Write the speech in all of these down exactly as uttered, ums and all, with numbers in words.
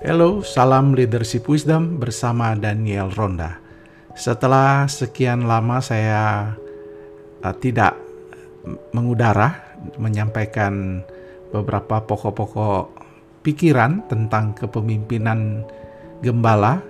Hello, salam leadership wisdom bersama Daniel Ronda. Setelah sekian lama saya uh, tidak mengudara menyampaikan beberapa pokok-pokok pikiran tentang kepemimpinan gembala,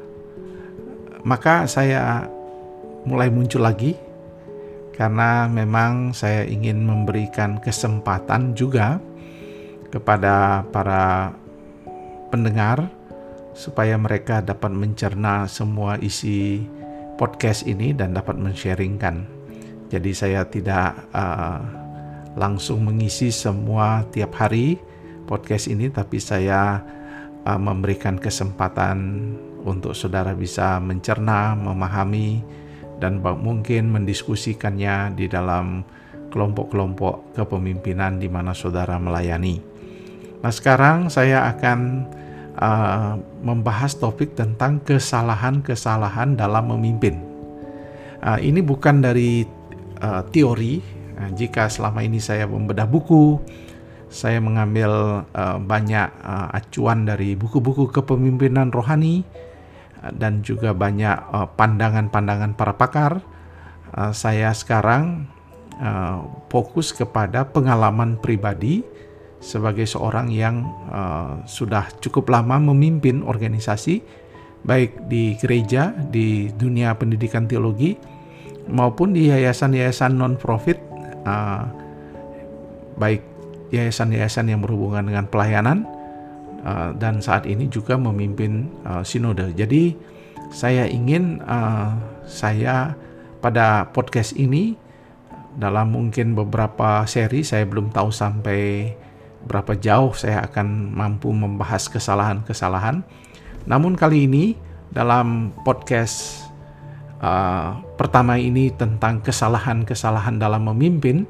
maka saya mulai muncul lagi karena memang saya ingin memberikan kesempatan juga kepada para pendengar supaya mereka dapat mencerna semua isi podcast ini dan dapat men-sharingkan. Jadi saya tidak uh, langsung mengisi semua tiap hari podcast ini, tapi saya uh, memberikan kesempatan untuk saudara bisa mencerna, memahami, dan mungkin mendiskusikannya di dalam kelompok-kelompok kepemimpinan di mana saudara melayani. Nah, sekarang saya akan uh, membahas topik tentang kesalahan-kesalahan dalam memimpin. Uh, ini bukan dari uh, teori. Uh, jika selama ini saya membedah buku, saya mengambil uh, banyak uh, acuan dari buku-buku kepemimpinan rohani uh, dan juga banyak uh, pandangan-pandangan para pakar. Uh, saya sekarang uh, fokus kepada pengalaman pribadi sebagai seorang yang uh, sudah cukup lama memimpin organisasi, baik di gereja, di dunia pendidikan teologi, maupun di yayasan-yayasan non-profit, uh, baik yayasan-yayasan yang berhubungan dengan pelayanan, uh, dan saat ini juga memimpin uh, sinode. Jadi saya ingin uh, saya pada podcast ini dalam mungkin beberapa seri, saya belum tahu sampai berapa jauh saya akan mampu membahas kesalahan-kesalahan. Namun kali ini dalam podcast uh, pertama ini tentang kesalahan-kesalahan dalam memimpin,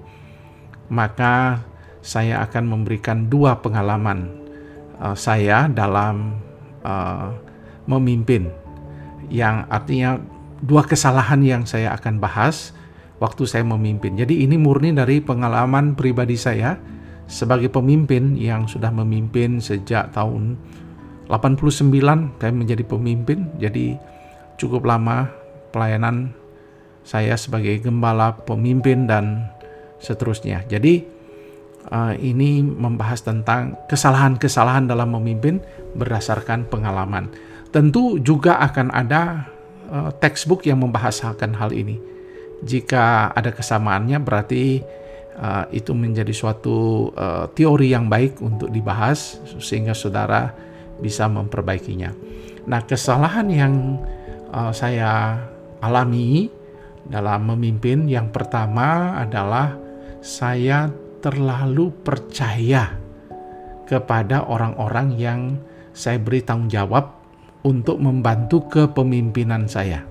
maka saya akan memberikan dua pengalaman uh, saya dalam uh, memimpin, yang artinya dua kesalahan yang saya akan bahas waktu saya memimpin. Jadi ini murni dari pengalaman pribadi saya sebagai pemimpin yang sudah memimpin sejak tahun delapan puluh sembilan. Saya menjadi pemimpin, jadi cukup lama pelayanan saya sebagai gembala, pemimpin, dan seterusnya. Jadi uh, ini membahas tentang kesalahan-kesalahan dalam memimpin berdasarkan pengalaman. Tentu juga akan ada uh, textbook yang membahas akan hal ini. Jika ada kesamaannya berarti Uh, itu menjadi suatu uh, teori yang baik untuk dibahas sehingga saudara bisa memperbaikinya. Nah, kesalahan yang uh, saya alami dalam memimpin yang pertama adalah saya terlalu percaya kepada orang-orang yang saya beri tanggung jawab untuk membantu kepemimpinan saya.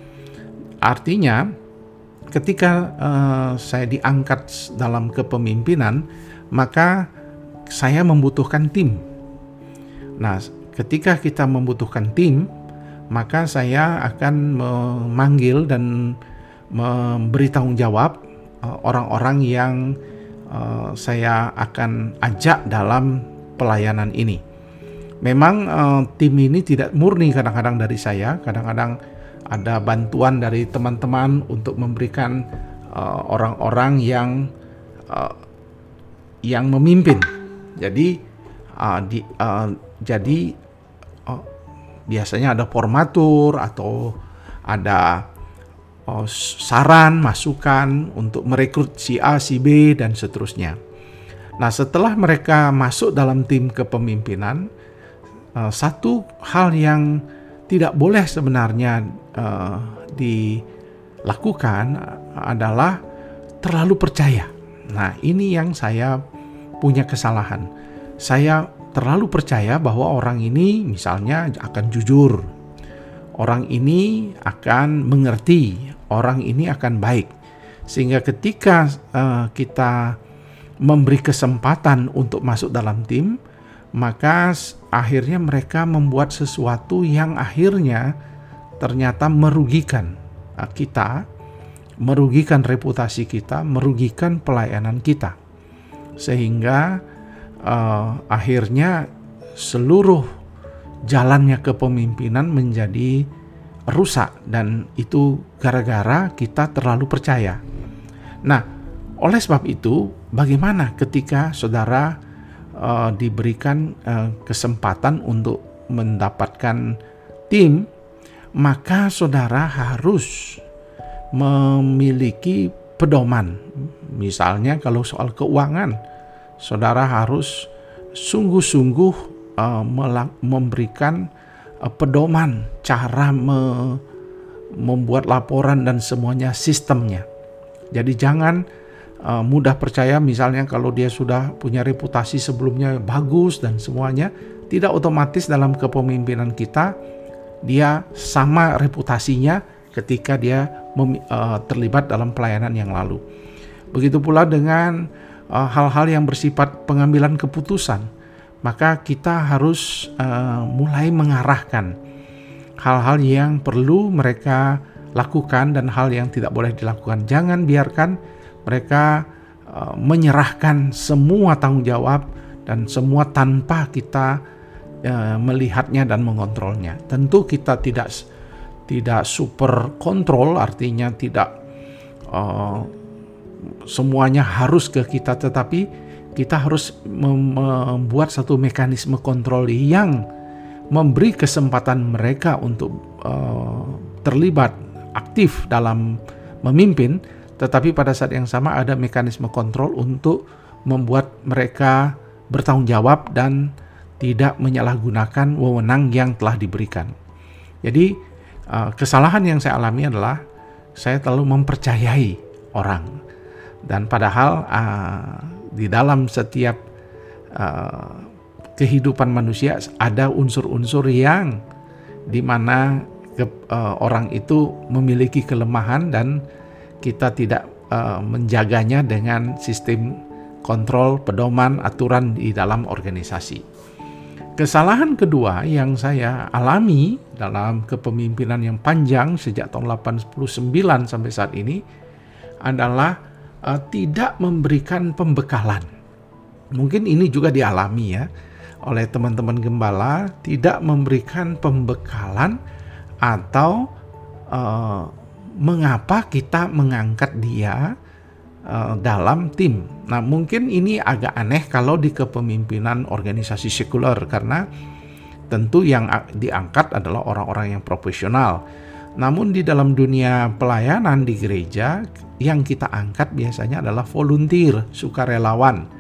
Artinya, ketika uh, saya diangkat dalam kepemimpinan, maka saya membutuhkan tim. Nah, ketika kita membutuhkan tim, maka saya akan memanggil dan memberi tanggung jawab uh, orang-orang yang uh, saya akan ajak dalam pelayanan ini. Memang uh, tim ini tidak murni kadang-kadang dari saya, kadang-kadang ada bantuan dari teman-teman untuk memberikan uh, orang-orang yang uh, yang memimpin. Jadi uh, di, uh, jadi uh, biasanya ada formatur atau ada uh, saran, masukan untuk merekrut si A, si B, dan seterusnya. Nah, setelah mereka masuk dalam tim kepemimpinan, uh, satu hal yang tidak boleh sebenarnya uh, dilakukan adalah terlalu percaya. Nah, ini yang saya punya kesalahan. Saya terlalu percaya bahwa orang ini misalnya akan jujur, orang ini akan mengerti, orang ini akan baik. Sehingga ketika uh, kita memberi kesempatan untuk masuk dalam tim, maka akhirnya mereka membuat sesuatu yang akhirnya ternyata merugikan kita, merugikan reputasi kita, merugikan pelayanan kita. Sehingga uh, akhirnya seluruh jalannya kepemimpinan menjadi rusak, dan itu gara-gara kita terlalu percaya. Nah, oleh sebab itu, bagaimana ketika saudara uh, diberikan uh, kesempatan untuk mendapatkan tim, maka saudara harus memiliki pedoman. Misalnya kalau soal keuangan, saudara harus sungguh-sungguh uh, memberikan uh, pedoman cara me membuat laporan dan semuanya sistemnya. Jadi jangan uh, mudah percaya, misalnya kalau dia sudah punya reputasi sebelumnya bagus dan semuanya, tidak otomatis dalam kepemimpinan kita dia sama reputasinya ketika dia mem, uh, terlibat dalam pelayanan yang lalu. Begitu pula dengan uh, hal-hal yang bersifat pengambilan keputusan, maka kita harus uh, mulai mengarahkan hal-hal yang perlu mereka lakukan dan hal yang tidak boleh dilakukan. Jangan biarkan mereka uh, menyerahkan semua tanggung jawab dan semua tanpa kita uh, melihatnya dan mengontrolnya. Tentu kita tidak tidak super kontrol, artinya tidak uh, semuanya harus ke kita, tetapi kita harus membuat satu mekanisme kontrol yang memberi kesempatan mereka untuk uh, terlibat aktif dalam memimpin, tetapi pada saat yang sama ada mekanisme kontrol untuk membuat mereka bertanggung jawab dan tidak menyalahgunakan wewenang yang telah diberikan. Jadi uh, kesalahan yang saya alami adalah saya terlalu mempercayai orang, dan padahal uh, di dalam setiap uh, kehidupan manusia ada unsur-unsur yang dimana ke, uh, orang itu memiliki kelemahan dan kita tidak uh, menjaganya dengan sistem kontrol, pedoman, aturan di dalam organisasi. Kesalahan kedua yang saya alami dalam kepemimpinan yang panjang sejak tahun delapan puluh sembilan sampai saat ini adalah uh, tidak memberikan pembekalan. Mungkin ini juga dialami ya oleh teman-teman gembala, tidak memberikan pembekalan atau uh, mengapa kita mengangkat dia uh, dalam tim. Nah, mungkin ini agak aneh kalau di kepemimpinan organisasi sekuler, karena tentu yang diangkat adalah orang-orang yang profesional. Namun di dalam dunia pelayanan di gereja, yang kita angkat biasanya adalah volunteer, sukarelawan.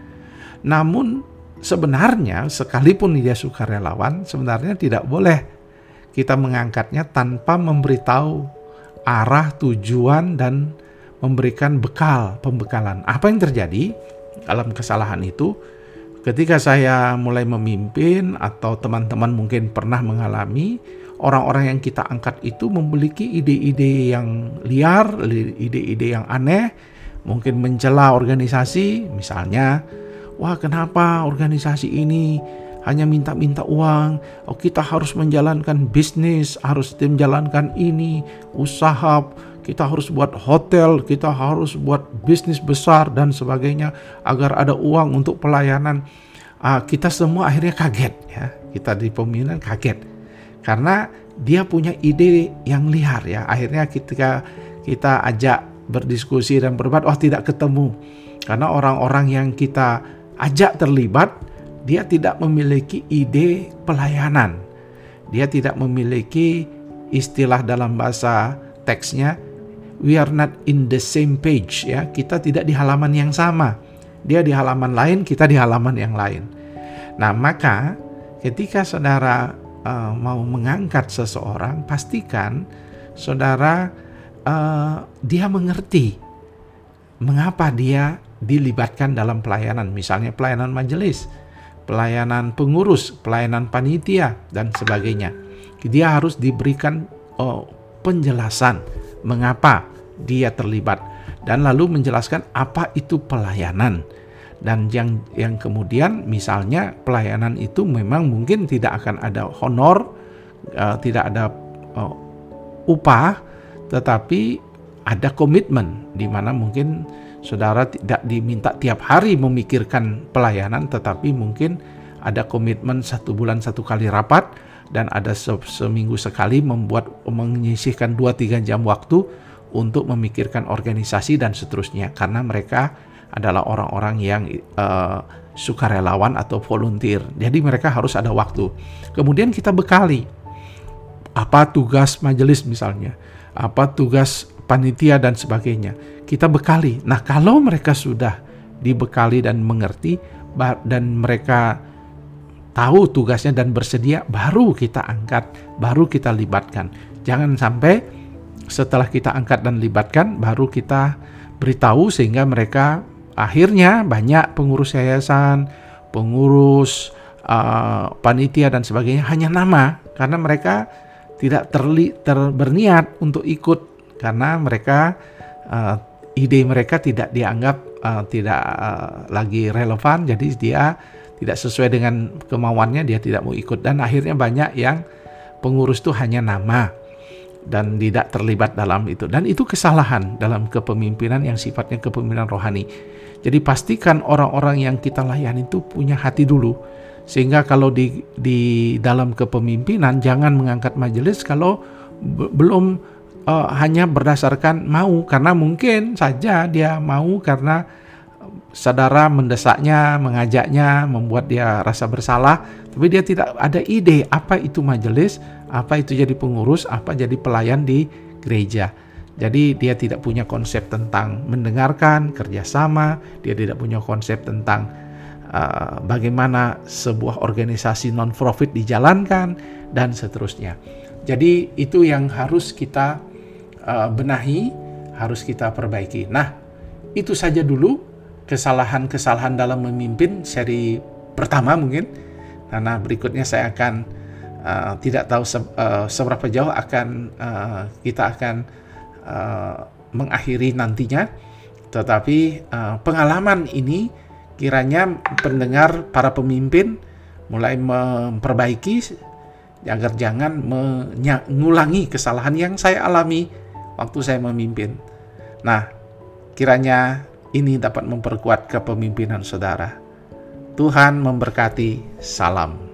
Namun sebenarnya sekalipun dia sukarelawan, sebenarnya tidak boleh kita mengangkatnya tanpa memberitahu arah, tujuan, dan memberikan bekal, pembekalan. Apa yang terjadi dalam kesalahan itu? Ketika saya mulai memimpin atau teman-teman mungkin pernah mengalami, orang-orang yang kita angkat itu memiliki ide-ide yang liar, ide-ide yang aneh, mungkin mencela organisasi, misalnya, wah kenapa organisasi ini hanya minta-minta uang, oh kita harus menjalankan bisnis, harus menjalankan ini, usaha, kita harus buat hotel, kita harus buat bisnis besar dan sebagainya agar ada uang untuk pelayanan. Uh, kita semua akhirnya kaget ya, kita di pemimpinan kaget karena dia punya ide yang liar ya. Akhirnya ketika kita ajak berdiskusi dan berdebat, wah tidak ketemu, karena orang-orang yang kita ajak terlibat, dia tidak memiliki ide pelayanan, dia tidak memiliki istilah dalam bahasa teksnya, we are not in the same page ya, kita tidak di halaman yang sama, dia di halaman lain, kita di halaman yang lain. Nah, maka ketika saudara uh, mau mengangkat seseorang, pastikan saudara uh, dia mengerti mengapa dia dilibatkan dalam pelayanan, misalnya pelayanan majelis, pelayanan pengurus, pelayanan panitia, dan sebagainya. Dia harus diberikan oh, penjelasan mengapa dia terlibat, dan lalu menjelaskan apa itu pelayanan. Dan yang yang kemudian misalnya pelayanan itu memang mungkin tidak akan ada honor, uh, tidak ada uh, upah, tetapi ada komitmen di mana mungkin saudara tidak diminta tiap hari memikirkan pelayanan, tetapi mungkin ada komitmen satu bulan satu kali rapat, dan ada se- seminggu sekali membuat menyisihkan dua tiga jam waktu untuk memikirkan organisasi dan seterusnya, karena mereka adalah orang-orang yang uh, sukarelawan atau volunteer. Jadi mereka harus ada waktu. Kemudian kita bekali apa tugas majelis misalnya, apa tugas panitia dan sebagainya. Kita bekali. Nah, kalau mereka sudah dibekali dan mengerti dan mereka tahu tugasnya dan bersedia, baru kita angkat, baru kita libatkan. Jangan sampai setelah kita angkat dan libatkan, baru kita beritahu sehingga mereka akhirnya banyak pengurus yayasan, pengurus uh, panitia dan sebagainya hanya nama, karena mereka tidak terli, ter, berniat untuk ikut, karena mereka uh, ide mereka tidak dianggap uh, tidak uh, lagi relevan, jadi dia tidak sesuai dengan kemauannya, dia tidak mau ikut. Dan akhirnya banyak yang pengurus itu hanya nama dan tidak terlibat dalam itu. Dan itu kesalahan dalam kepemimpinan yang sifatnya kepemimpinan rohani. Jadi pastikan orang-orang yang kita layani itu punya hati dulu. Sehingga kalau di, di dalam kepemimpinan jangan mengangkat majelis kalau b- belum uh, hanya berdasarkan mau. Karena mungkin saja dia mau karena saudara mendesaknya, mengajaknya, membuat dia rasa bersalah, tapi dia tidak ada ide apa itu majelis, apa itu jadi pengurus, apa jadi pelayan di gereja. Jadi dia tidak punya konsep tentang mendengarkan, kerjasama, dia tidak punya konsep tentang uh, bagaimana sebuah organisasi non-profit dijalankan, dan seterusnya. Jadi itu yang harus kita uh, benahi, harus kita perbaiki. Nah, itu saja dulu kesalahan-kesalahan dalam memimpin seri pertama mungkin. Nah, berikutnya saya akan uh, tidak tahu se- uh, seberapa jauh akan uh, kita akan uh, mengakhiri nantinya. Tetapi uh, pengalaman ini kiranya pendengar para pemimpin mulai memperbaiki agar jangan mengulangi kesalahan yang saya alami waktu saya memimpin. Nah, kiranya ini dapat memperkuat kepemimpinan saudara. Tuhan memberkati. Salam.